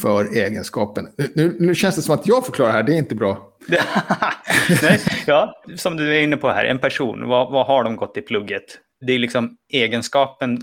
för egenskapen. Nu känns det som att jag förklarar här, det är inte bra. Nej, ja, som du är inne på här, en person, vad har de gått i plugget? Det är liksom egenskapen.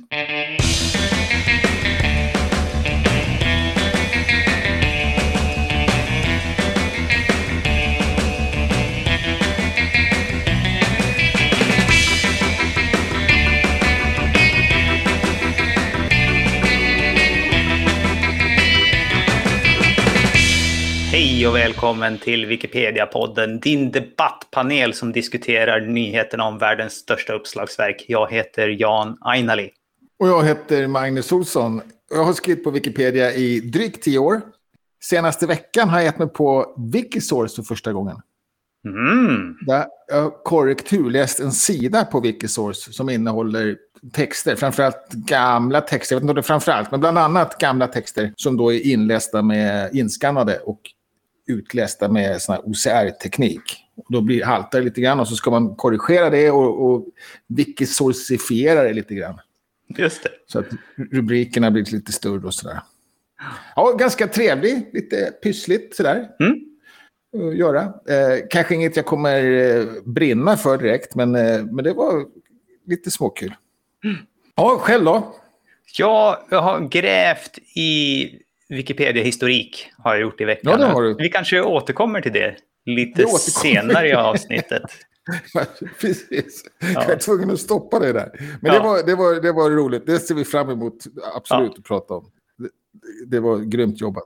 Hej och välkommen till Wikipedia-podden, din debattpanel som diskuterar nyheterna om världens största uppslagsverk. Jag heter Jan Ainali. Och jag heter Magnus Olsson. Jag har skrivit på Wikipedia i drygt 10 år. Senaste veckan har jag gett mig på Wikisource för första gången. Där jag korrekturläst en sida på Wikisource som innehåller texter, framförallt gamla texter. Jag vet inte om det är framförallt, men bland annat gamla texter som då är inlästa med inskannade och utlästa med sån här OCR-teknik. Och då haltar det lite grann och så ska man korrigera det och wikisourcifiera det lite grann. Just det. Så att rubrikerna blir lite större och sådär. Ja, ganska trevlig, lite pyssligt sådär. Att göra. Kanske inget jag kommer brinna för direkt, men det var lite småkul. Ja, själv då? Jag har grävt i Wikipedia-historik har jag gjort i veckan. Ja, det har du. Vi kanske återkommer till det lite senare i avsnittet. Precis. Ja. Jag är tvungen att stoppa det där. Men det var roligt. Det ser vi fram emot absolut att prata om. Det var grymt jobbat.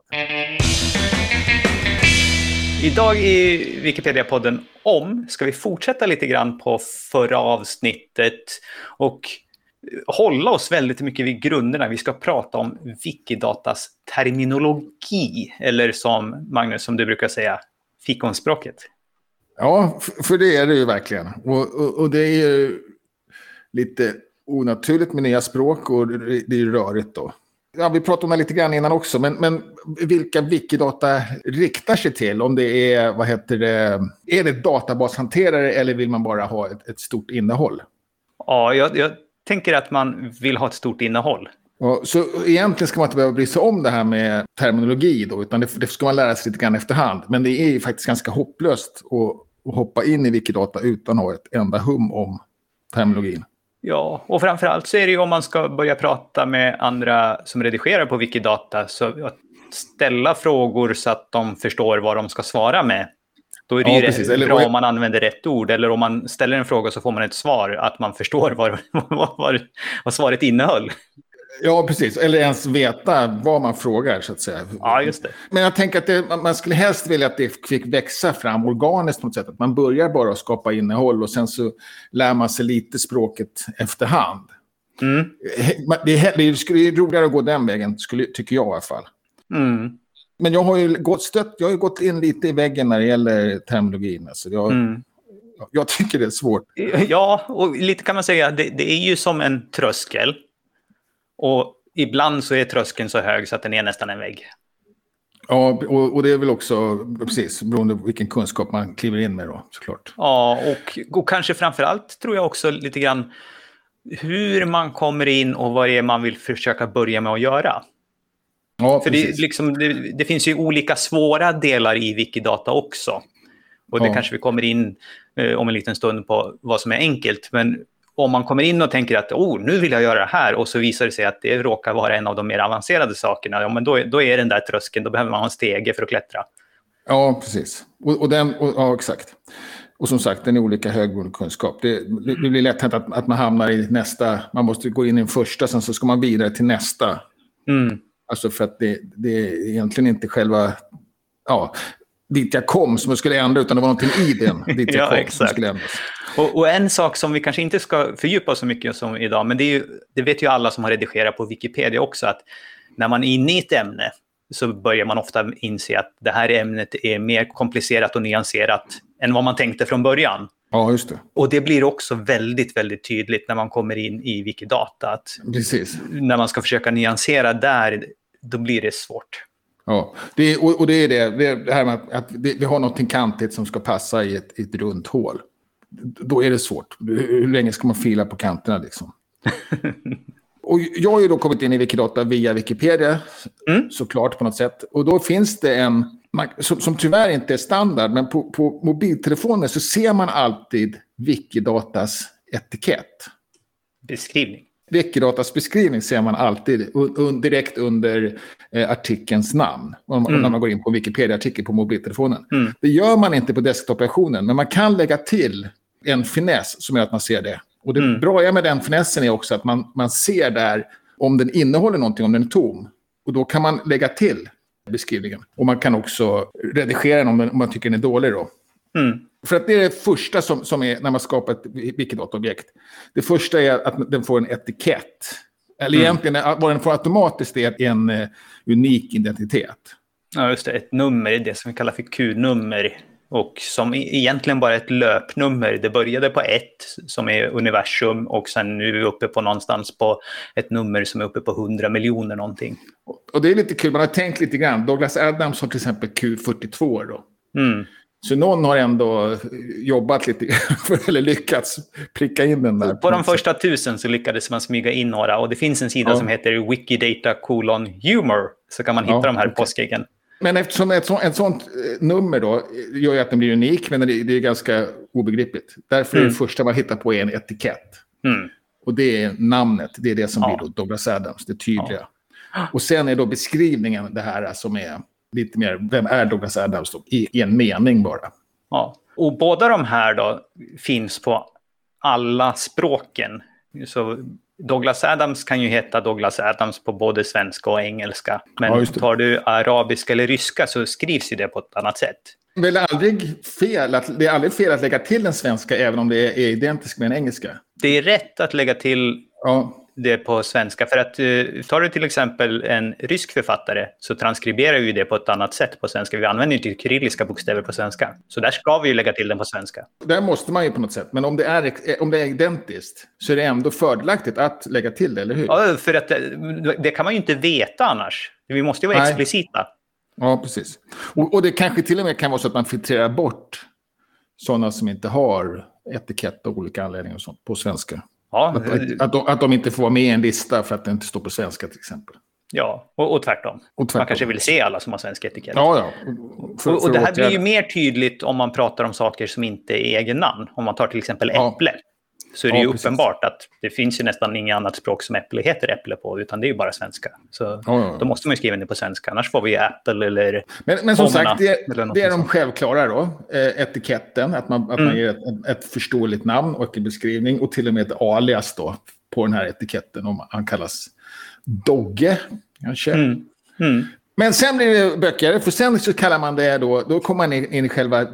Idag i Wikipedia-podden ska vi fortsätta lite grann på förra avsnittet och hålla oss väldigt mycket vid grunderna. Vi ska prata om Wikidatas terminologi, eller som Magnus, som du brukar säga, fikonspråket. Ja, för det är det ju verkligen. Och det är ju lite onaturligt med nya språk och det är ju rörigt då. Ja, vi pratade om det lite grann innan också, men vilka Wikidata riktar sig till? Om det är, är det databashanterare eller vill man bara ha ett stort innehåll? Ja, jag tänker att man vill ha ett stort innehåll. Ja, så egentligen ska man inte behöva bry sig om det här med terminologi då, utan det ska man lära sig lite grann efterhand. Men det är ju faktiskt ganska hopplöst att hoppa in i Wikidata utan att ha ett enda hum om terminologin. Ja, och framförallt så är det ju om man ska börja prata med andra som redigerar på Wikidata, så att ställa frågor så att de förstår vad de ska svara med. Då är det ju bra om man använder rätt ord, eller om man ställer en fråga så får man ett svar, att man förstår vad svaret innehöll. Ja, precis. Eller ens veta vad man frågar, så att säga. Ja, just det. Men jag tänker att man skulle helst vilja att det fick växa fram organiskt på något sätt. Att man börjar bara att skapa innehåll och sen så lär man sig lite språket efterhand. Det är roligare att gå den vägen, tycker jag i alla fall. Men jag har ju gått in lite i väggen när det gäller terminologin. Alltså jag tycker det är svårt. Ja, och lite kan man säga, det är ju som en tröskel. Och ibland så är tröskeln så hög så att den är nästan en vägg. Ja, och det är väl också precis beroende på vilken kunskap man kliver in med då, såklart. Ja, och kanske framförallt tror jag också lite grann hur man kommer in och vad det är man vill försöka börja med att göra. Ja, för det finns ju olika svåra delar i Wikidata också. Och det kanske vi kommer in om en liten stund på vad som är enkelt. Men om man kommer in och tänker att nu vill jag göra det här, och så visar det sig att det råkar vara en av de mer avancerade sakerna, ja, men då är den där tröskeln, då behöver man ha en stege för att klättra. Ja, precis. Ja, exakt. Och som sagt, den är olika hög kunskap. Det blir lätt hänt att man hamnar i nästa, man måste gå in i den första, sen så ska man vidare till nästa. Alltså för att det är egentligen inte själva, dit jag kom som jag skulle ändra, utan det var någonting i den dit jag kom exakt. Som skulle ändras. Och en sak som vi kanske inte ska fördjupa oss så mycket som idag, men det vet ju alla som har redigerat på Wikipedia också, att när man är inne i ett ämne så börjar man ofta inse att det här ämnet är mer komplicerat och nyanserat än vad man tänkte från början. Ja, just det. Och det blir också väldigt, väldigt tydligt när man kommer in i Wikidata. Att precis. När man ska försöka nyansera där, då blir det svårt. Ja, det är det här med att vi har något kantigt som ska passa i ett runt hål. Då är det svårt. Hur länge ska man fila på kanterna liksom? Och jag har ju då kommit in i Wikidata via Wikipedia, såklart på något sätt. Och då finns det en, som tyvärr inte är standard, men på mobiltelefoner så ser man alltid Wikidatas etikett. Beskrivning. Wikidatas beskrivning ser man alltid direkt under artikelns namn. När man går in på en Wikipedia-artikel på mobiltelefonen. Det gör man inte på desktop-versionen, men man kan lägga till en finess som gör att man ser det. Och det bra med den finessen är också att man ser där om den innehåller någonting, om den är tom. Och då kan man lägga till beskrivningen. Och man kan också redigera den om man tycker den är dålig då. För att det är det första som är när man skapar ett Wikidata-objekt. Det första är att den får en etikett. Eller egentligen vad den får automatiskt är en unik identitet. Ja, just det. Ett nummer är det som vi kallar för Q-nummer. Och som egentligen bara ett löpnummer. Det började på 1 som är universum. Och sen nu är vi uppe på någonstans på ett nummer som är uppe på 100 miljoner någonting. Och det är lite kul. Man har tänkt lite grann. Douglas Adams har till exempel Q42 då. Så någon har ändå jobbat lite eller lyckats pricka in den där. På de första 1000 så lyckades man smyga in några. Och det finns en sida som heter Wikidata:humor. Så kan man hitta de här påskäggen. Men eftersom ett sånt nummer då gör ju att den blir unik, men det är ganska obegripligt. Därför är det första man hittar på en etikett. Och det är namnet, det är det som blir då Douglas Adams, det tydliga. Och sen är då beskrivningen det här som är lite mer, vem är Douglas Adams då? I en mening bara. Ja, och båda de här då finns på alla språken. Så Douglas Adams kan ju heta Douglas Adams på både svenska och engelska. Men tar du arabiska eller ryska så skrivs ju det på ett annat sätt. Det är aldrig fel att lägga till den svenska även om det är identiskt med den engelska. Det är rätt att lägga till det på svenska. För att tar du till exempel en rysk författare så transkriberar vi det på ett annat sätt på svenska. Vi använder ju inte kyrilliska bokstäver på svenska. Så där ska vi ju lägga till den på svenska. Där måste man ju på något sätt. Men om det är identiskt så är det ändå fördelaktigt att lägga till det, eller hur? Ja, för att det kan man ju inte veta annars. Vi måste ju vara explicita. Ja, precis. Och det kanske till och med kan vara så att man filtrerar bort sådana som inte har etikett av olika anledningar och sånt på svenska. Ja, att de inte får vara med i en lista för att det inte står på svenska till exempel. Ja, och tvärtom. Man kanske vill se alla som har svensk etikett. Ja. Och det här blir ju mer tydligt om man pratar om saker som inte är egen namn. Om man tar till exempel äpple. Så är det ju uppenbart att det finns ju nästan inget annat språk som äpple heter äpple på, utan det är ju bara svenska. Så då måste man ju skriva det på svenska, annars får vi Apple eller... Men som sagt, det är de självklara då. Etiketten, att man ger ett förståeligt namn och en beskrivning och till och med ett alias då på den här etiketten. Om han kallas Dogge, kanske. Men sen blir det böcker, för sen så kallar man det då kommer man in i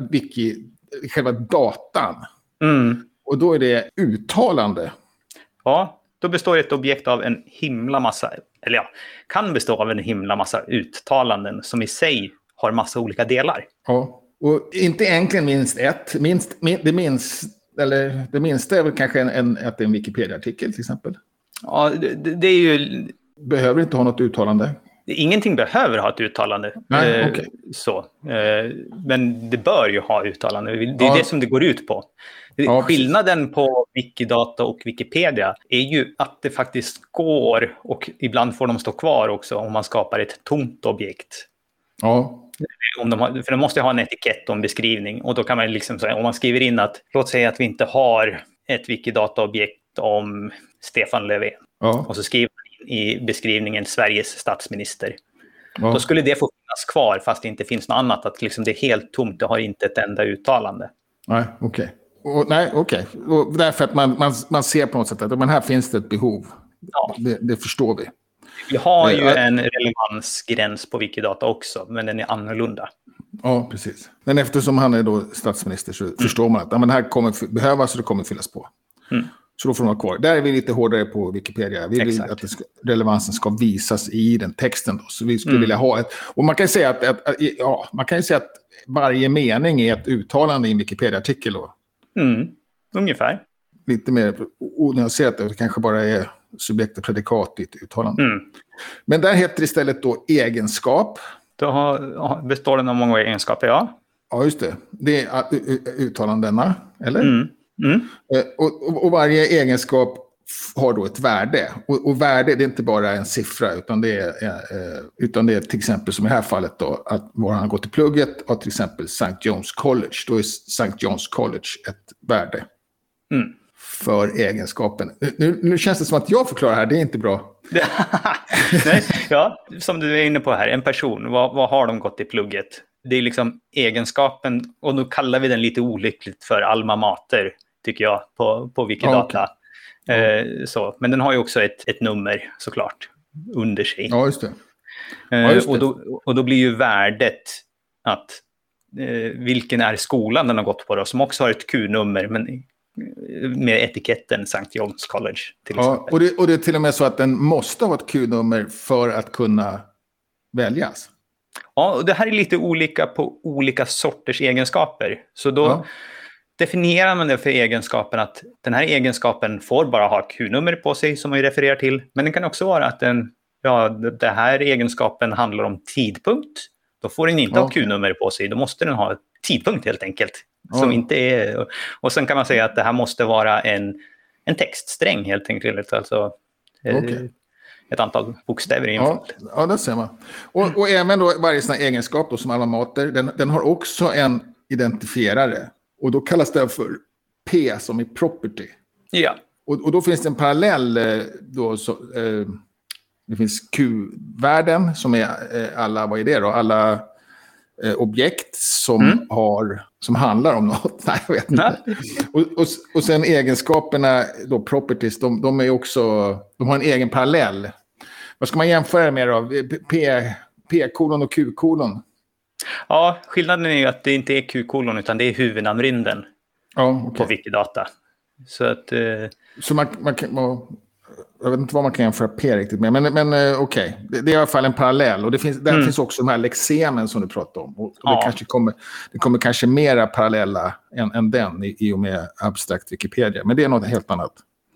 själva datan. Och då är det uttalande. Ja, då består ett objekt av en himla massa, kan bestå av en himla massa uttalanden som i sig har massa olika delar. Ja, och inte egentligen minst ett. Det minsta är väl kanske att det är en Wikipedia-artikel till exempel. Ja, det är ju... Behöver inte ha något uttalande. Ingenting behöver ha ett uttalande. Nej, okay. Men det bör ju ha uttalande. Det är det som det går ut på. Skillnaden på Wikidata och Wikipedia är ju att det faktiskt går, och ibland får de stå kvar också om man skapar ett tomt objekt. Ja. För de måste ha en etikett och en beskrivning. Och då kan man liksom säga, om man skriver in att, låt säga att vi inte har ett Wikidata-objekt om Stefan Löfven. Ja. Och så skriver man i beskrivningen Sveriges statsminister. Ja. Då skulle det få finnas kvar fast det inte finns något annat. Att liksom det är helt tomt, det har inte ett enda uttalande. Nej, okej. Och därför att man ser på något sätt att men här finns det ett behov. Ja. Det förstår vi. Vi har ju en relevansgräns på Wikidata också, men den är annorlunda. Ja, precis. Men eftersom han är då statsminister så förstår man att men här kommer behövas och det kommer fyllas på. Så då får man ha kvar. Där är vi lite hårdare på Wikipedia. Vi vill att relevansen ska visas i den texten då. Så vi skulle vilja ha ett... Och man kan säga att varje mening är ett uttalande i en Wikipedia-artikel då. Ungefär. Lite mer onyanserat. Det kanske bara är subjekt och predikat i ett uttalande. Men där heter det istället då egenskap. Då består den av många egenskaper, ja. Ja, just det. Det är uttalandena, eller? Och varje egenskap har då ett värde. Och värde, det är inte bara en siffra, utan det är till exempel som i det här fallet då, att var han gått till plugget har till exempel St. John's College. Då är St. John's College ett värde för egenskapen. Nu känns det som att jag förklarar här, det är inte bra. Nej, ja, som du är inne på här, en person, vad har de gått till plugget? Det är liksom egenskapen, och nu kallar vi den lite olyckligt för alma mater, tycker jag, på Wikidata. Så, men den har ju också ett nummer, såklart, under sig. Ja, just det. Och då blir ju värdet att vilken är skolan den har gått på då, som också har ett Q-nummer, men med etiketten St. John's College till exempel. Och det är till och med så att den måste ha ett Q-nummer för att kunna väljas. Ja, och det här är lite olika på olika sorters egenskaper. Så då definierar man det för egenskapen att den här egenskapen får bara ha Q-nummer på sig som man refererar till. Men det kan också vara att den här egenskapen handlar om tidpunkt. Då får den inte ha Q-nummer på sig. Då måste den ha tidpunkt helt enkelt. Som inte är, och sen kan man säga att det här måste vara en textsträng helt enkelt. Alltså ett antal bokstäver i en fot. Ja, det ser man. Och även då varje sån här egenskap då, som alma mater, den har också en identifierare. Och då kallas det för P som i property. Ja. Och då finns det en parallell då, det finns Q-värden som är alla, vad är det då? Alla objekt som handlar om något. Nej, jag vet inte. Och sen egenskaperna, då properties, de är också, de har en egen parallell. Vad ska man jämföra med då? P-kolon och Q-kolon? Ja, skillnaden är ju att det inte är Q-kolon utan det är huvudnamnrymden på Wikidata. Så att... Så man kan... Jag vet inte vad man kan jämföra P riktigt med. Men okej. Det är i alla fall en parallell. Och där finns också de här lexemen som du pratade om. Och det kommer kanske mera parallella än den i och med abstrakt Wikipedia. Men det är något helt annat.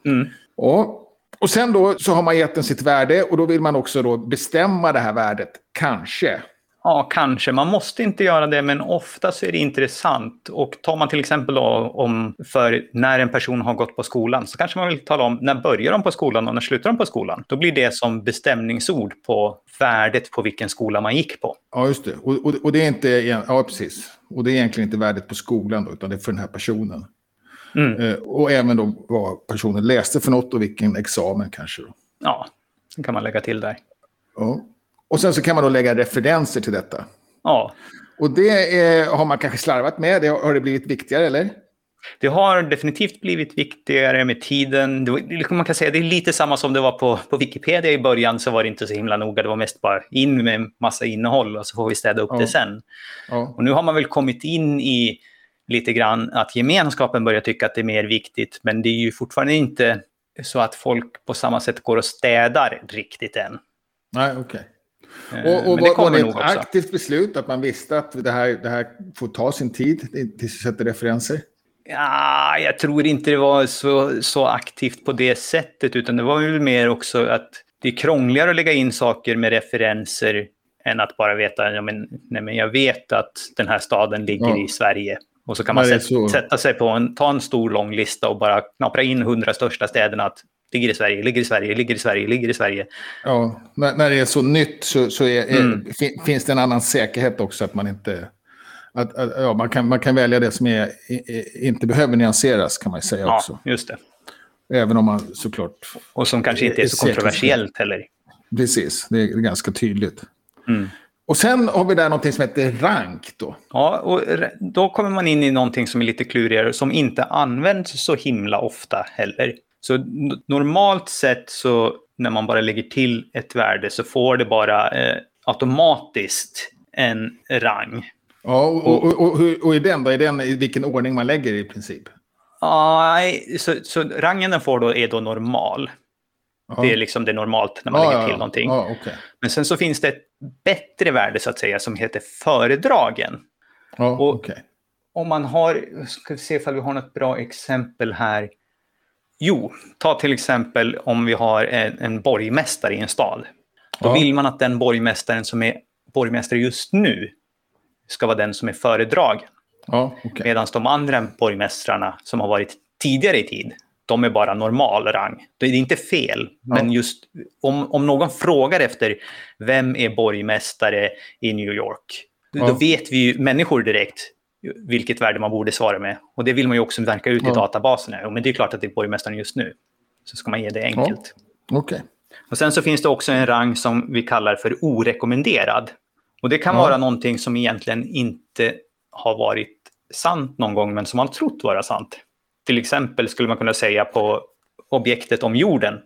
Och sen då så har man gett den sitt värde. Och då vill man också då bestämma det här värdet. Kanske. Ja, kanske. Man måste inte göra det, men ofta så är det intressant. Och tar man till exempel då för när en person har gått på skolan så kanske man vill tala om när börjar de på skolan och när slutar de på skolan. Då blir det som bestämningsord på värdet på vilken skola man gick på. Ja, just det. Och det är inte, ja precis. Och det är egentligen inte värdet på skolan då, utan det är för den här personen. Och även då vad personen läste för något och vilken examen kanske då. Ja, det kan man lägga till där. Ja. Och sen så kan man då lägga referenser till detta. Ja. Och det har man kanske slarvat med. Har det blivit viktigare, eller? Det har definitivt blivit viktigare med tiden. Man kan säga det är lite samma som det var på Wikipedia i början, så var det inte så himla noga. Det var mest bara in med en massa innehåll och så får vi städa upp det sen. Ja. Och nu har man väl kommit in i lite grann att gemenskapen börjar tycka att det är mer viktigt. Men det är ju fortfarande inte så att folk på samma sätt går och städar riktigt än. Nej, okej. Och var det ett aktivt beslut att man visste att det här får ta sin tid tills du sätter referenser? Ja, jag tror inte det var så aktivt på det sättet, utan det var väl mer också att det är krångligare att lägga in saker med referenser än att bara veta, men jag vet att den här staden ligger i Sverige. Och så kan man sätta sig på ta en stor lång lista och bara knapra in 100 största städerna att ligger i Sverige, ligger i Sverige, ligger i Sverige, ligger i Sverige. Ja, när det är så nytt så finns det en annan säkerhet också att man inte... man kan välja det som inte behöver nyanseras, kan man säga också. Ja, just det. Även om man såklart... Och som kanske inte är så kontroversiellt heller. Precis, det är ganska tydligt. Och sen har vi där någonting som heter rank då. Ja, och då kommer man in i någonting som är lite klurigare, som inte används så himla ofta heller. Så normalt sett så när man bara lägger till ett värde så får det bara automatiskt en rang. Ja, och i den i vilken ordning man lägger i princip? Nej, så rangen den får då är då normal. Ja. Det är liksom det normalt när man lägger till någonting. Ja, okay. Men sen så finns det ett bättre värde så att säga som heter föredragen. Ja, och om man har, ska vi se ifall vi har något bra exempel här. Jo, ta till exempel om vi har en borgmästare i en stad. Då vill man att den borgmästaren som är borgmästare just nu ska vara den som är föredragen. Ja, okay. Medan de andra borgmästarna som har varit tidigare i tid de är bara normal rang. Det är inte fel, men just om någon frågar efter vem är borgmästare i New York, då vet vi ju människor direkt vilket värde man borde svara med. Och det vill man ju också verka ut i databaserna. Men det är klart att det är borgmästaren just nu. Så ska man ge det enkelt. Okay. Och sen så finns det också en rang som vi kallar för orekommenderad. Och det kan vara någonting som egentligen inte har varit sant någon gång, men som man trott vara sant. Till exempel skulle man kunna säga på objektet om jorden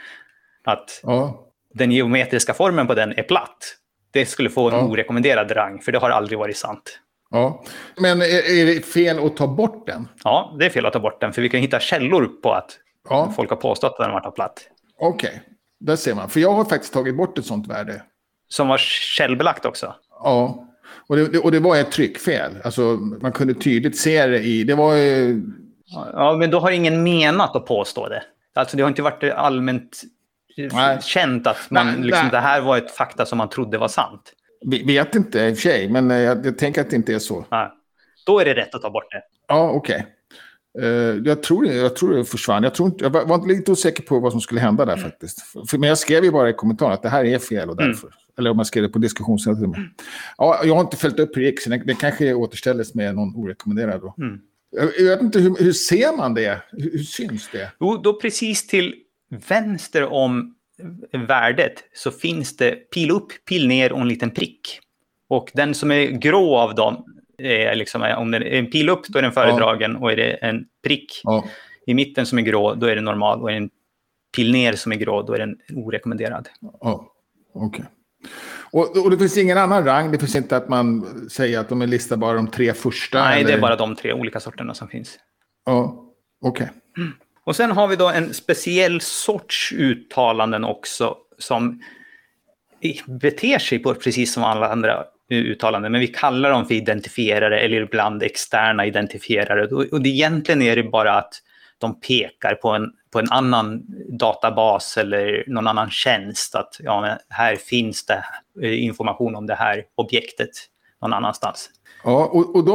att den geometriska formen på den är platt. Det skulle få en orekommenderad rang, för det har aldrig varit sant. Ja, men är det fel att ta bort den? Ja, det är fel att ta bort den, för vi kan hitta källor på att folk har påstått att den har varit platt. Okej, där ser man. För jag har faktiskt tagit bort ett sånt värde. Som var källbelagt också? Ja, och det var ett tryckfel. Alltså, man kunde tydligt se det i... Det var Ja, men då har ingen menat att påstå det. Alltså det har inte varit allmänt känt att det här var ett fakta som man trodde var sant. Vet inte i och för sig, men jag tänker att det inte är så. Nej. Då är det rätt att ta bort det. Ja, okej. Jag tror det försvann. Jag var inte lite osäker på vad som skulle hända där faktiskt. Men jag skrev ju bara i kommentaren att det här är fel och därför. Eller om man skrev det på diskussionscentrum. Ja, jag har inte följt upp RIX. Det kanske återställdes med någon orekommenderad då. Jag vet inte, hur ser man det? Hur syns det? Jo, då precis till vänster om värdet så finns det pil upp, pil ner och en liten prick. Och den som är grå av dem är liksom, om det är en pil upp då är den föredragen och är det en prick i mitten som är grå då är det normal och är det en pil ner som är grå då är den orekommenderad. Okej. Och det finns ingen annan rang? Det finns inte att man säger att de är listade bara de 3 första? Nej, eller? det är bara de 3 olika sorterna som finns. Ja, okej. Och sen har vi då en speciell sorts uttalanden också som beter sig på precis som alla andra uttalanden. Men vi kallar dem för identifierare eller ibland externa identifierare. Och det egentligen är det bara att de pekar på en annan databas eller någon annan tjänst. Att här finns det information om det här objektet någon annanstans. Ja, och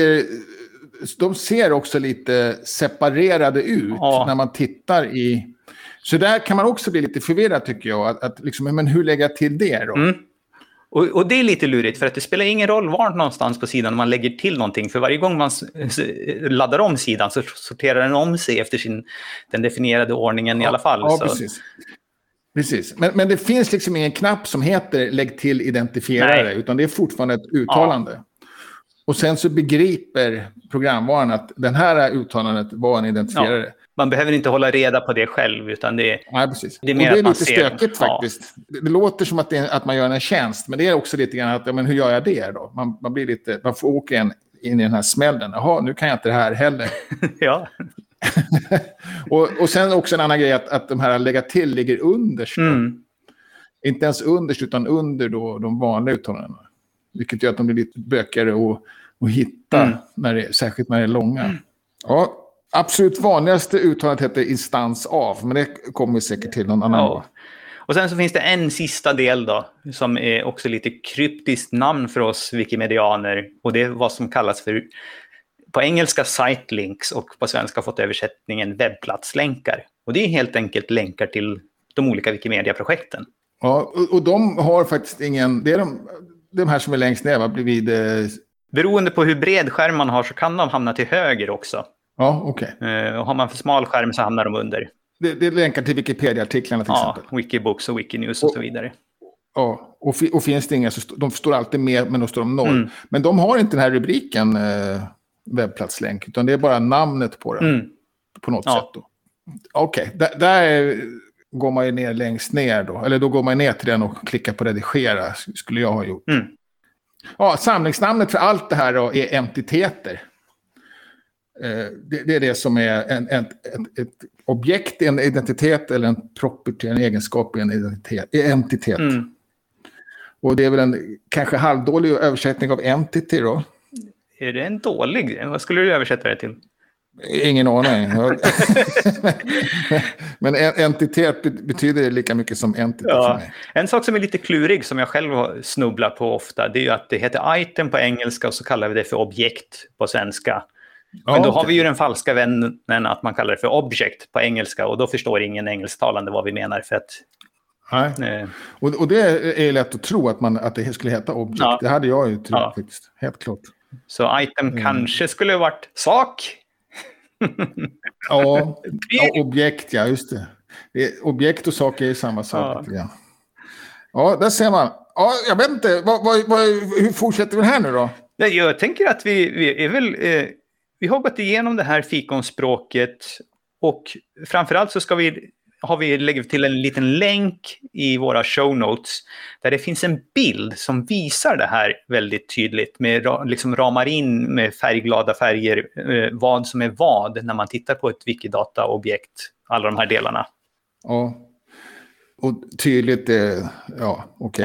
de ser också lite separerade ut när man tittar i... Så där kan man också bli lite förvirrad tycker jag. Att liksom, men hur lägger jag till det då? Och det är lite lurigt för att det spelar ingen roll var någonstans på sidan man lägger till någonting. För varje gång man laddar om sidan så sorterar den om sig efter den definierade ordningen i alla fall. Ja, precis. Men det finns liksom ingen knapp som heter lägg till identifierare utan det är fortfarande ett uttalande. Ja. Och sen så begriper programvaran att den här uttalandet var en identifierare. Ja. Man behöver inte hålla reda på det själv utan det är precis. Det är mer och det är att man lite ser, stökigt faktiskt. Det låter som att man gör en tjänst men det är också lite grann att men hur gör jag det då? Man får åka in i den här smällen. Jaha, nu kan jag inte det här heller. Ja. och sen också en annan grej att de här lägga till ligger underst. Inte ens underst utan under då de vanliga uttalandena. Vilket gör att de blir lite bökigare att hitta särskilt när det är långa. Ja. Absolut vanligaste uttalandet heter instans av, men det kommer vi säkert till någon annan gång. Och sen så finns det en sista del då, som är också lite kryptiskt namn för oss wikimedianer. Och det är vad som kallas för, på engelska sitelinks och på svenska fått översättningen webbplatslänkar. Och det är helt enkelt länkar till de olika Wikimedia-projekten. Ja, och de har faktiskt ingen, det är de här som är längst ner bredvid... Beroende på hur bred skärm man har så kan de hamna till höger också. Ja, okej. Har man för smal skärm så hamnar de under. Det länkar till Wikipedia-artiklarna till exempel. Ja, Wikibooks och Wikinews och så vidare. Ja, och finns det inga så de står alltid med men då står de 0. Men de har inte den här rubriken webbplatslänk utan det är bara namnet på den på något sätt då. Okej, där går man ju ner längst ner då. Eller då går man ner till den och klickar på redigera skulle jag ha gjort. Ja, samlingsnamnet för allt det här då är entiteter. Det är det som är ett objekt, en identitet eller en property, en egenskap i en entitet. Och det är väl en kanske halvdålig översättning av entity då. Är det en dålig? Vad skulle du översätta det till? Ingen aning. Men entitet betyder lika mycket som entity för mig. En sak som är lite klurig som jag själv snubblar på ofta det är ju att det heter item på engelska och så kallar vi det för objekt på svenska. Men då har vi ju den falska vännen att man kallar det för object på engelska, och då förstår ingen engelsktalande vad vi menar. För att, nej. Och det är lätt att tro att det skulle heta object. Ja. Det hade jag ju trott faktiskt, helt klart. Så item kanske skulle ha varit sak. Ja, objekt, ja just det. Objekt och sak är ju samma sak. Ja, där ser man. Ja, jag vet inte, hur fortsätter vi här nu då? Jag tänker att vi är väl... vi har gått igenom det här fikonspråket, och framförallt så lägger till en liten länk i våra show notes där det finns en bild som visar det här väldigt tydligt, med liksom ramar in med färgglada färger vad som är vad när man tittar på ett Wikidata-objekt, alla de här delarna. Ja, och tydligt okej.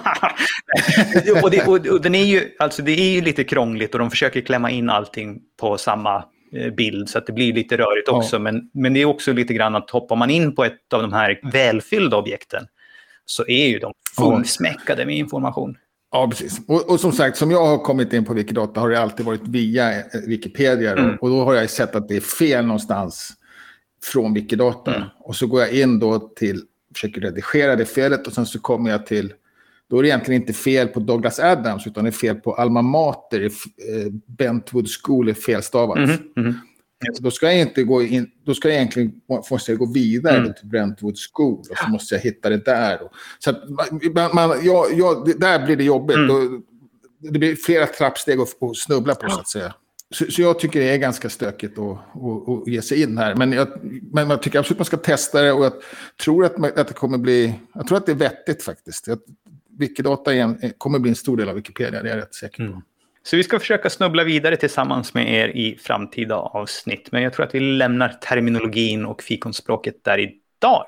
och den är ju, alltså det är ju lite krångligt, och de försöker klämma in allting på samma bild så att det blir lite rörigt också. Men det är också lite grann att hoppar man in på ett av de här välfyllda objekten så är ju de fullsmäckade med information. Ja, precis. Och som sagt, som jag har kommit in på Wikidata har det alltid varit via Wikipedia. Och då har jag sett att det är fel någonstans från Wikidata. Och så går jag in då försöker redigera det felet, och sen så kommer jag till, då är det egentligen inte fel på Douglas Adams utan det är fel på Alma Mater, Brentwood School är felstavat. Så då ska jag inte gå in, då ska jag egentligen måste jag gå vidare till Brentwood School, och så måste jag hitta det där. Så att där blir det jobbigt. Det blir flera trappsteg att snubbla på så att säga. Så jag tycker det är ganska stökigt att ge sig in här. Men jag tycker absolut att man ska testa det, och jag tror att det kommer bli... Jag tror att det är vettigt faktiskt. Wikidata kommer bli en stor del av Wikipedia, det är jag rätt säker på. Så vi ska försöka snubbla vidare tillsammans med er i framtida avsnitt. Men jag tror att vi lämnar terminologin och fikonspråket där idag.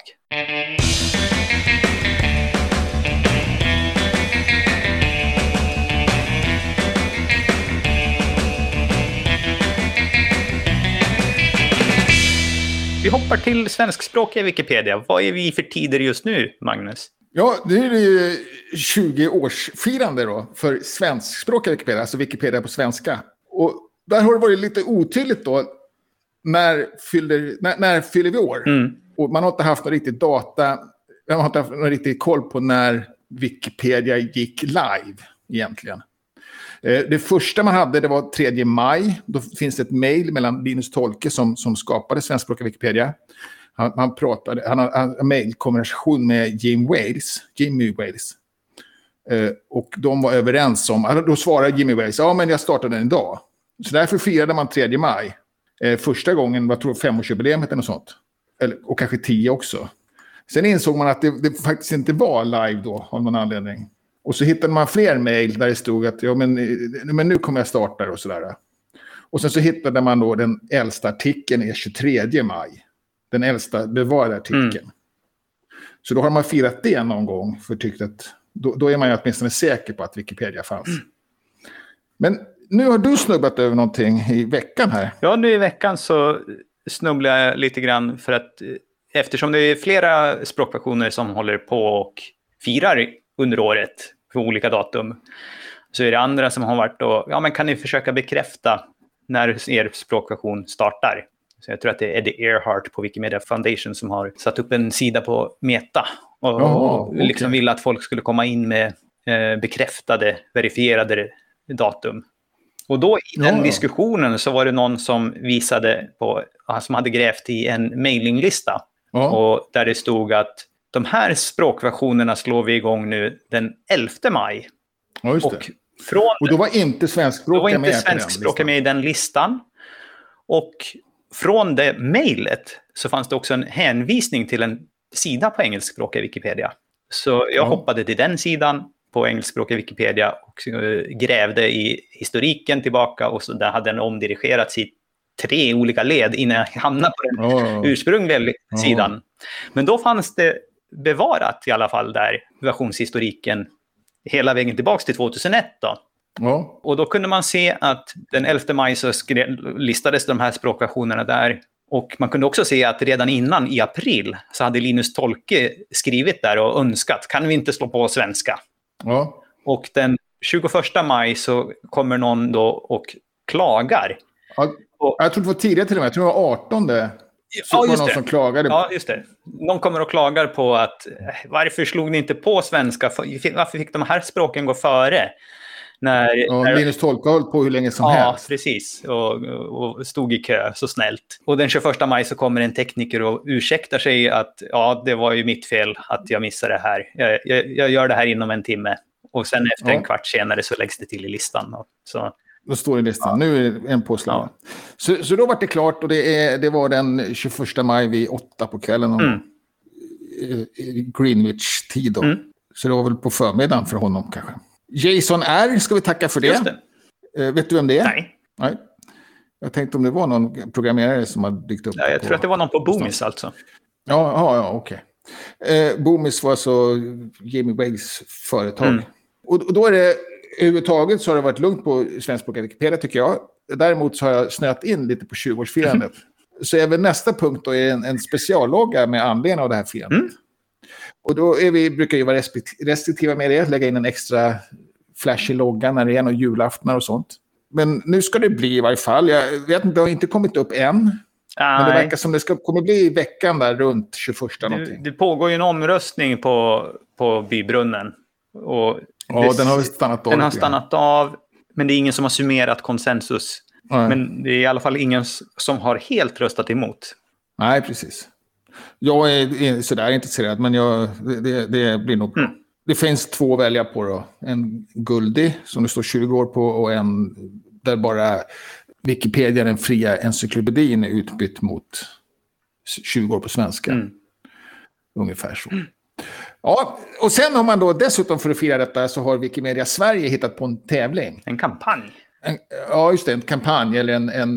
Vi hoppar till svenskspråkiga Wikipedia. Vad är vi för tider just nu, Magnus? Ja, det är ju 20-årsfirande då för svenskspråkiga Wikipedia, alltså Wikipedia på svenska. Och där har det varit lite otydligt då, när fyller vi år? Och man har inte haft någon riktig data, man har inte haft någon riktig koll på när Wikipedia gick live egentligen. Det första man hade, det var 3 maj. Då finns det ett mejl mellan Linus Tolke som skapade svenskspråkiga Wikipedia. Han har en mejlkonversation med Jimmy Wales. Och de var överens om, då svarade Jimmy Wales, men jag startade den idag. Så därför firade man 3 maj. Första gången, jag tror 5-årsjubileet eller något sånt. Och kanske 10 också. Sen insåg man att det faktiskt inte var live då, av någon anledning. Och så hittade man fler mejl där det stod att men nu kommer jag starta och sådär. Och sen så hittade man då den äldsta artikeln är 23 maj. Den äldsta bevarade artikeln. Så då har man firat det någon gång, för tyckt att då är man ju åtminstone säker på att Wikipedia fanns. Men nu har du snubblat över någonting i veckan här. Ja, nu i veckan så snubblar jag lite grann för att eftersom det är flera språkversioner som håller på och firar under året för olika datum, så är det andra som har varit och men kan ni försöka bekräfta när er språkversion startar? Så jag tror att det är Eddie Earhart på Wikimedia Foundation som har satt upp en sida på Meta och liksom ville att folk skulle komma in med bekräftade, verifierade datum. Och då i den diskussionen så var det någon som visade på, som hade grävt i en mailinglista och där det stod att de här språkversionerna slår vi igång nu den 11 maj. Ja, just det. Och då var inte svenskspråkiga med i den listan. Och från det mejlet så fanns det också en hänvisning till en sida på engelskspråkiga Wikipedia. Så jag hoppade till den sidan på engelskspråkiga Wikipedia och grävde i historiken tillbaka, och så där hade den omdirigerats i 3 olika led innan jag hamnade på den ursprungliga sidan. Men då fanns det bevarat i alla fall där versionshistoriken hela vägen tillbaka till 2001 då. Och då kunde man se att den 11 maj så listades de här språkversionerna där. Och man kunde också se att redan innan i april så hade Linus Tolke skrivit där och önskat, kan vi inte slå på svenska? Och den 21 maj så kommer någon då och klagar Ja, jag tror det var tidigare till och med. Jag tror det var 18:e. Så var någon som klagade. Ja, just det. Någon kommer och klagar på att varför slog ni inte på svenska? Varför fick de här språken gå före? När Linus Tolka höll på hur länge som helst. Ja, precis. Och stod i kö så snällt. Och den 21 maj så kommer en tekniker och ursäktar sig att det var ju mitt fel att jag missade det här. Jag gör det här inom en timme. Och sen efter en kvart senare så läggs det till i listan. Så. Då står det i listan. Nu är en påslag. Ja. Så då var det klart och det var den 21 maj vid 8 på kvällen. Greenwich-tid då. Så det var väl på förmiddagen för honom kanske. Jason R. ska vi tacka för det. Just det. Vet du vem det är? Nej. Jag tänkte om det var någon programmerare som har dykt upp. Ja, jag tror att det var någon på Boomis alltså. Ja, okej. Boomis var alltså Jamie Waves företag. Och då är det överhuvudtaget så har det varit lugnt på svenskspråkiga Wikipedia tycker jag. Däremot så har jag snöat in lite på 20-årsfirandet. Så även nästa punkt då är en speciallogga med anledning av det här firandet. Och då brukar vi vara restriktiva med det. Lägga in en extra flashig logga när det är någon julaftnar och sånt. Men nu ska det bli i varje fall. Jag vet inte, det har inte kommit upp än. Men det verkar som det kommer bli i veckan där runt 21 någonting. Det pågår ju en omröstning på bybrunnen. Och den har stannat av. Den har stannat av, men det är ingen som har summerat konsensus. Nej. Men det är i alla fall ingen som har helt röstat emot. Nej, precis. Jag är sådär intresserad, men det blir nog bra. Det finns 2 att välja på då. En guldig som det står 20 år på och en där bara Wikipedia, den fria encyklopedin, är utbytt mot 20 år på svenska. Ungefär så. Ja, och sen har man då dessutom för att fira detta så har Wikimedia Sverige hittat på en tävling. En kampanj. Just det, en kampanj eller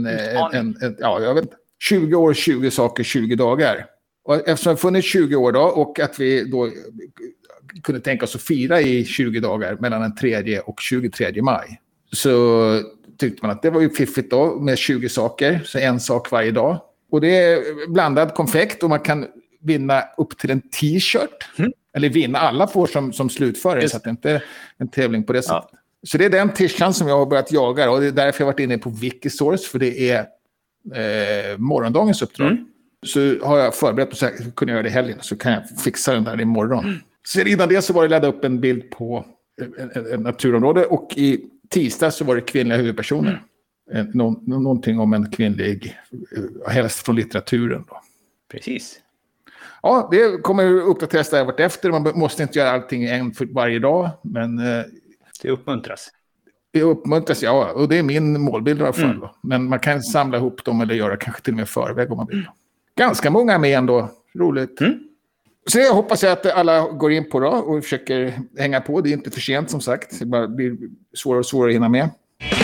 jag vet inte. 20 år, 20 saker, 20 dagar. Och eftersom det har funnits 20 år då och att vi då kunde tänka oss att fira i 20 dagar mellan den 3 och 23 maj. Så tyckte man att det var ju fiffigt då med 20 saker, så en sak varje dag. Och det är blandad konfekt och man kan vinna upp till en t-shirt. Eller vinna, alla får som slutförare, så att det inte är en tävling på det sättet. Ja. Så det är den t-shirten som jag har börjat jaga och det är därför jag har varit inne på Wikisource, för det är morgondagens uppdrag. Så har jag förberett på att kunna göra det i helgen, så kan jag fixa den där imorgon. Så innan det så var det ladda upp en bild på en naturområde och i tisdag så var det kvinnliga huvudpersoner. Någonting om en kvinnlig, helst från litteraturen då. Precis. Ja, det kommer uppdateras där vart efter. Man måste inte göra allting en för varje dag, men det uppmuntras. Det uppmuntras, ja. Och det är min målbild i alla fall. Då. Men man kan samla ihop dem eller göra kanske till och med förväg om man vill. Ganska många med ändå. Roligt. Så jag hoppas att alla går in på då och försöker hänga på. Det är inte för sent som sagt. Det bara blir svårare och svårare att hinna med.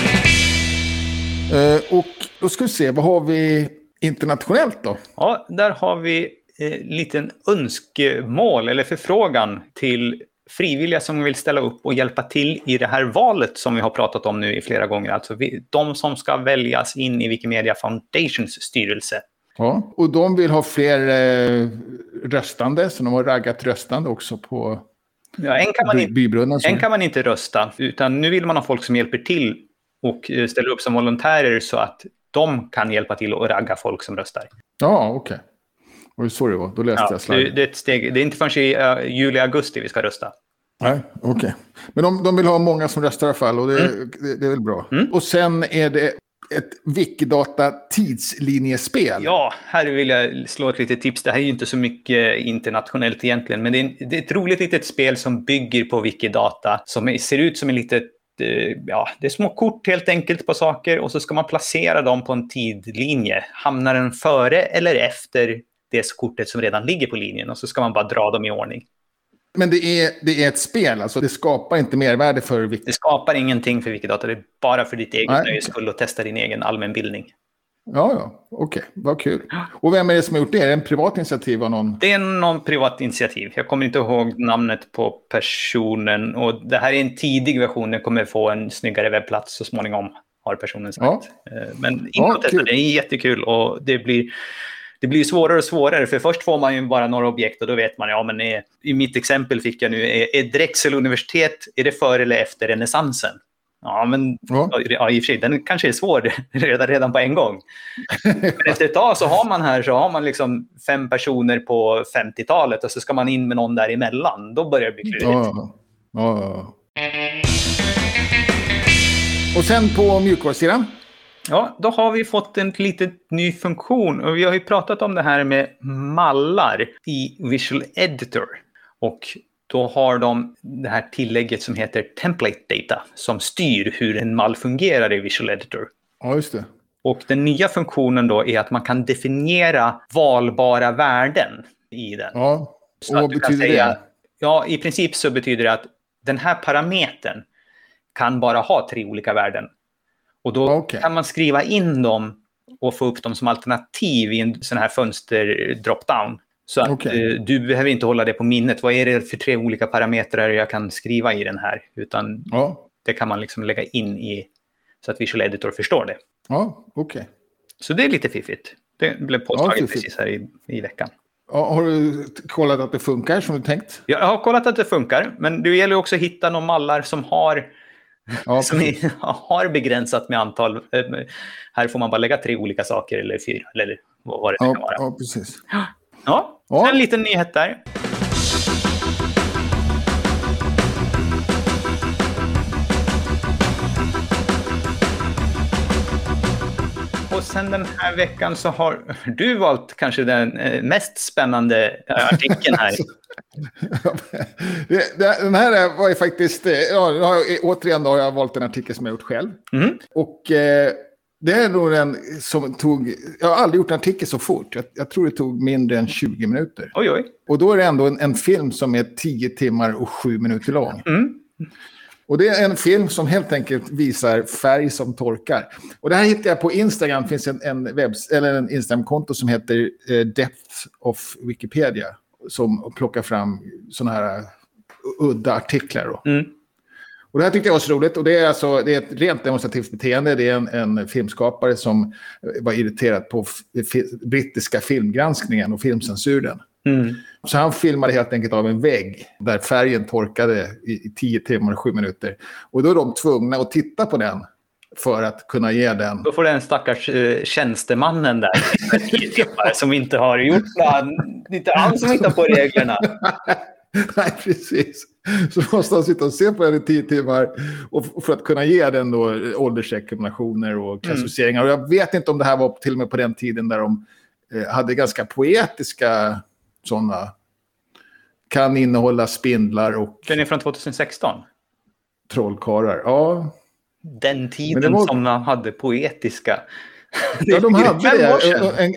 Och då ska vi se, vad har vi internationellt då? Ja, där har vi liten önskemål eller förfrågan till frivilliga som vill ställa upp och hjälpa till i det här valet som vi har pratat om nu i flera gånger. Alltså de som ska väljas in i Wikimedia Foundations styrelse. Ja, och de vill ha fler röstande, så de har raggat röstande också på bybrunnen. En kan man inte rösta, utan nu vill man ha folk som hjälper till och ställer upp som volontärer så att de kan hjälpa till och ragga folk som röstar. Ja, okej. Var det så det var? Då läste jag slaget. Det är ett steg. Det är inte förrän i juli-augusti vi ska rösta. Nej, okej. Men de vill ha många som röstar i alla fall och det är väl bra. Och sen är det ett Wikidata tidslinjespel. Ja, här vill jag slå ett litet tips. Det här är ju inte så mycket internationellt egentligen, men det är ett roligt litet spel som bygger på Wikidata, som ser ut som en litet, det är små kort helt enkelt på saker och så ska man placera dem på en tidlinje. Hamnar den före eller efter det kortet som redan ligger på linjen och så ska man bara dra dem i ordning. Men det är ett spel, alltså det skapar inte mervärde för Wikidata? Det skapar ingenting för Wikidata, det är bara för ditt eget nöjes skull och testa din egen allmänbildning. Ja, okej, vad kul. Och vem är det som har gjort det? Är det en privat initiativ av någon? Det är någon privat initiativ. Jag kommer inte ihåg namnet på personen och det här är en tidig version, den kommer få en snyggare webbplats så småningom, har personen sagt. Men inte testa, det är jättekul och det blir svårare och svårare, för först får man ju bara några objekt och då vet man, men i mitt exempel fick jag nu, är Drexel universitet, är det före eller efter renässansen? Ja, men ja, i och för sig, den kanske är svår redan på en gång. Men efter ett tag så har man liksom 5 personer på 50-talet och så ska man in med någon däremellan. Då börjar det bli klurigt. Ja. Och sen på mjukvarusidan? Ja, då har vi fått en lite ny funktion. Och vi har ju pratat om det här med mallar i Visual Editor. Och då har de det här tillägget som heter Template Data som styr hur en mall fungerar i Visual Editor. Ja, just det. Och den nya funktionen då är att man kan definiera valbara värden i den. Ja, och vad betyder det? Ja, i princip så betyder det att den här parametern kan bara ha 3 olika värden. Och då kan man skriva in dem och få upp dem som alternativ i en sån här fönster drop-down. Så att du behöver inte hålla det på minnet. Vad är det för 3 olika parametrar jag kan skriva i den här? Utan det kan man liksom lägga in i så att Visual Editor förstår det. Ja, okej. Så det är lite fiffigt. Det blev påslaget precis här i veckan. Ja, har du kollat att det funkar som du tänkt? Jag har kollat att det funkar. Men det gäller också att hitta några mallar som har begränsat med antal. Här får man bara lägga 3 olika saker eller 4 eller vad det kan vara. Ja, precis. Ja, en liten nyhet där. Och sen den här veckan så har du valt kanske den mest spännande artikeln här. Den här var ju faktiskt, återigen då har jag valt en artikel som jag gjort själv. Och det är nog den som tog, jag har aldrig gjort en artikel så fort. Jag tror det tog mindre än 20 minuter. Oj. Och då är det ändå en film som är 10 timmar och 7 minuter lång. Och det är en film som helt enkelt visar färg som torkar. Och det här hittade jag på Instagram. Det finns en Instagram-konto som heter Depth of Wikipedia. Som plockar fram såna här udda artiklar då. Och det här tyckte jag var så roligt. Och det är ett rent demonstrativt beteende. Det är en filmskapare som var irriterad på brittiska filmgranskningen och filmcensuren. Så han filmade helt enkelt av en vägg där färgen torkade i 10 timmar och 7 minuter. Och då är de tvungna att titta på den för att kunna ge den. Då får den stackars tjänstemannen där som inte har gjort inte alls som hittar på reglerna. Nej, precis. Så måste han sitta och se på den i 10 timmar och för att kunna ge den då åldersrekommendationer och klassificeringar. Och jag vet inte om det här var till och med på den tiden där de hade ganska poetiska sådana. Kan innehålla spindlar och... Den är från 2016. Trollkarlar, ja. Den tiden som man hade poetiska... Ja, de hade det.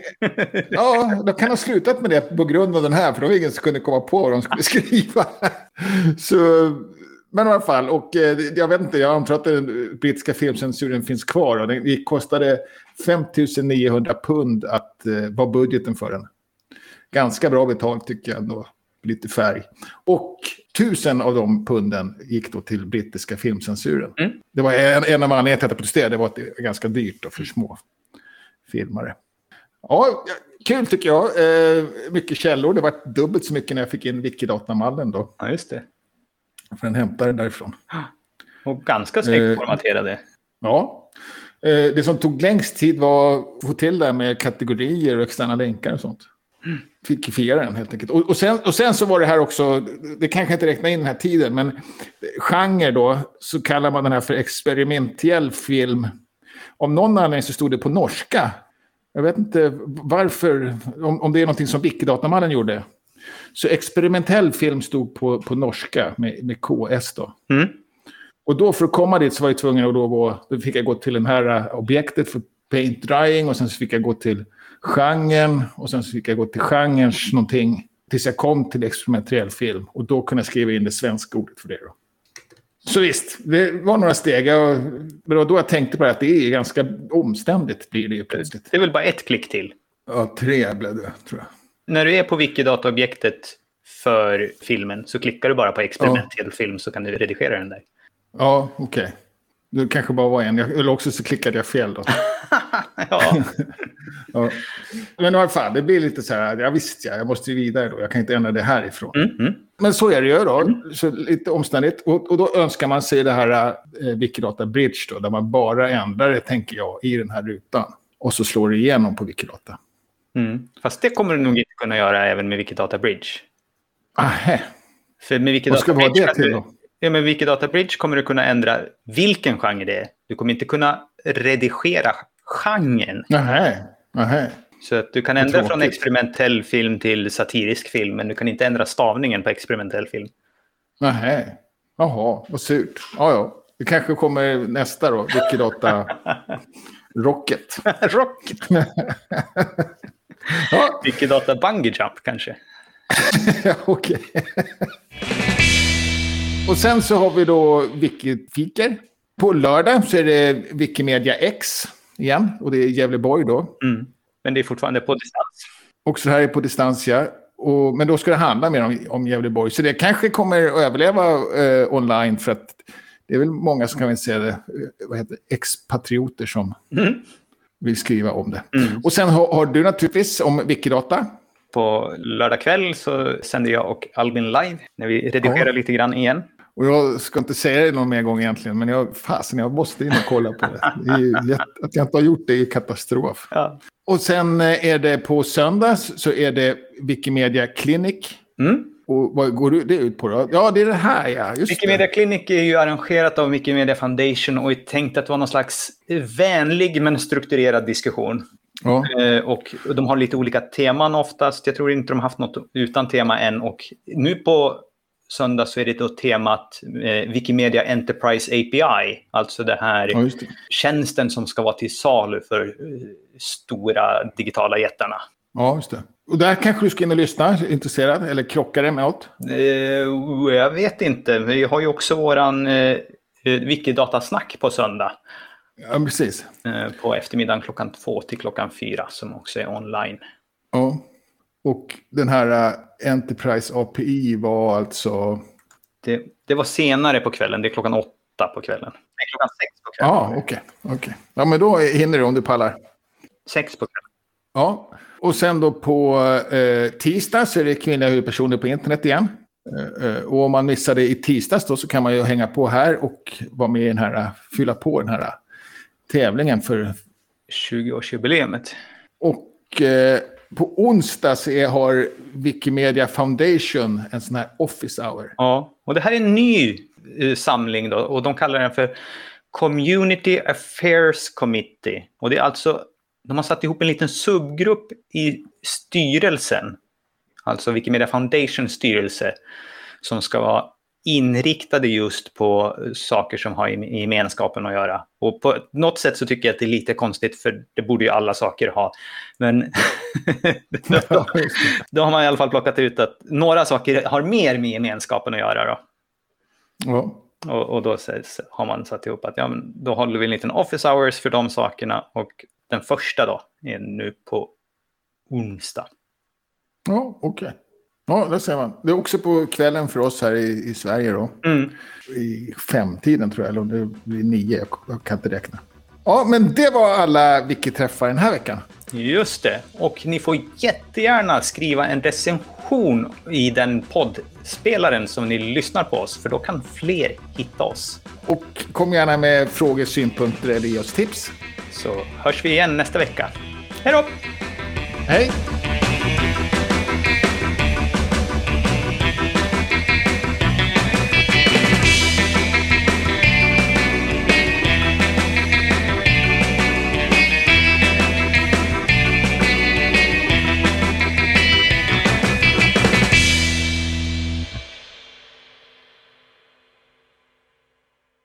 Ja, de kan ha slutat med det på grund av den här. För de var ingen som kunde komma på vad de skulle skriva. Så, men i alla fall. Och jag vet inte, jag antar att den brittiska filmcensuren finns kvar. Och det kostade 5 900 pund att vara budgeten för den. Ganska bra betalt tycker jag ändå. Lite färg. Och 1000 av de punden gick då till brittiska filmcensuren. Det var en av anledningarna till att jag protesterade. Det var att det var ganska dyrt för små filmare. Ja, kul tycker jag. Mycket källor. Det var dubbelt så mycket när jag fick in Wikidata-mallen då. Ja, just det. För den hämtade därifrån. Och ganska snyggt formaterade. Ja. Det som tog längst tid var att få till det med kategorier och externa länkar och sånt. Fick fira den helt enkelt. Och sen så var det här också, det kanske inte räknar in den här tiden, men genre då, så kallar man den här för experimentell film. Om någon anledning så stod det på norska. Jag vet inte varför, om det är någonting som Wikidata-mannen gjorde. Så experimentell film stod på norska med KS då. Och då för att komma dit så var jag tvungen att då fick jag gå till den här objektet för paint drying och sen så fick jag gå till genren och sen så fick jag gå till genrens någonting tills jag kom till experimentell film och då kunde jag skriva in det svenska ordet för det då. Så visst, det var några steg. Det var då jag tänkte på att det är ganska omständigt blir det ju plötsligt. Det är väl bara ett klick till? Ja, 3 blev det, tror jag. När du är på Wikidata-objektet för filmen så klickar du bara på experimentell film så kan du redigera den där. Ja, okej. Det kanske bara var en. Eller också så klickade jag fel då. Ja. Ja. Men i alla fall, det blir lite så här, jag måste ju vidare då. Jag kan inte ändra det härifrån. Men så är det ju då. Så lite omständigt. Och då önskar man sig det här Wikidata Bridge då, där man bara ändrar det, tänker jag, i den här rutan. Och så slår det igenom på Wikidata. Fast det kommer du nog inte kunna göra även med Wikidata Bridge. Aha. För med Wikidata Bridge, med Wikidata Bridge kommer du kunna ändra vilken genre det är. Du kommer inte kunna redigera genren. Aha. Så att du kan ändra från experimentell film till satirisk film, men du kan inte ändra stavningen på experimentell film. Nej. Jaha, vad surt. Ja. Det kanske kommer nästa då, Wikidata Rocket. Rocket. Ja. Wikidata Bungee Jump kanske. Okej. Och sen så har vi då Wikifiker. På lördag så är det Wikimedia X igen, och det är Gävleborg då. Men det är fortfarande på distans. Också här är på distans, ja. Men då ska det handla mer om Gävleborg. Så det kanske kommer att överleva online, för att det är väl många som kan väl säga det, expatrioter som vill skriva om det. Och sen har du naturligtvis om Wikidata. På lördag kväll så sänder jag och Albin live när vi redigerar lite grann igen. Och jag ska inte säga det någon mer gång egentligen, men jag måste in och kolla på det. Att jag inte har gjort det är katastrof. Ja. Och sen är det på söndag så är det Wikimedia Clinic. Och vad går det ut på då? Ja, det är det här, ja. Just Wikimedia Clinic är ju arrangerat av Wikimedia Foundation och är tänkt att vara någon slags vänlig men strukturerad diskussion. Ja. Och de har lite olika teman oftast. Jag tror inte de har haft något utan tema än. Och nu på söndag så är det då temat Wikimedia Enterprise API. Alltså det här tjänsten som ska vara till salu för stora digitala jättarna. Ja, just det. Och där kanske du ska in och lyssna, intresserad, eller krockar det med något? Jag vet inte. Vi har ju också våran Wikidata-snack på söndag. Ja, precis. På eftermiddagen 2 till 4 som också är online. Ja, och den här Enterprise API var alltså... Det var senare på kvällen, det är 8 på kvällen. Nej, 6 på kvällen. Ja, okej. Ja, men då hinner du om du pallar. 6 på kvällen. Ja, och sen då på tisdag så är det kvinnliga huvudpersoner på internet igen. Och om man missade i tisdags då så kan man ju hänga på här och vara med i den här, fylla på den här tävlingen för 20-årsjubileumet. Och på onsdag så har Wikimedia Foundation en sån här office hour. Ja, och det här är en ny samling då, och de kallar den för Community Affairs Committee. Och det är alltså, de har satt ihop en liten subgrupp i styrelsen, alltså Wikimedia Foundation styrelse, som ska vara inriktade just på saker som har med gemenskapen att göra. Och på något sätt så tycker jag att det är lite konstigt, för det borde ju alla saker ha. Men då har man i alla fall plockat ut att några saker har mer med gemenskapen att göra då. Ja. Och då har man satt ihop att då håller vi en liten office hours för de sakerna, och den första då är nu på onsdag. Ja, okej. Ja, det ser man. Det är också på kvällen för oss här i Sverige då. I 5-tiden tror jag, eller det blir 9, jag kan inte räkna. Ja, men det var alla Wiki-träffar den här veckan. Just det, och ni får jättegärna skriva en recension i den poddspelaren som ni lyssnar på oss, för då kan fler hitta oss. Och kom gärna med frågor, synpunkter eller ge oss tips. Så hörs vi igen nästa vecka. Hej då! Hej!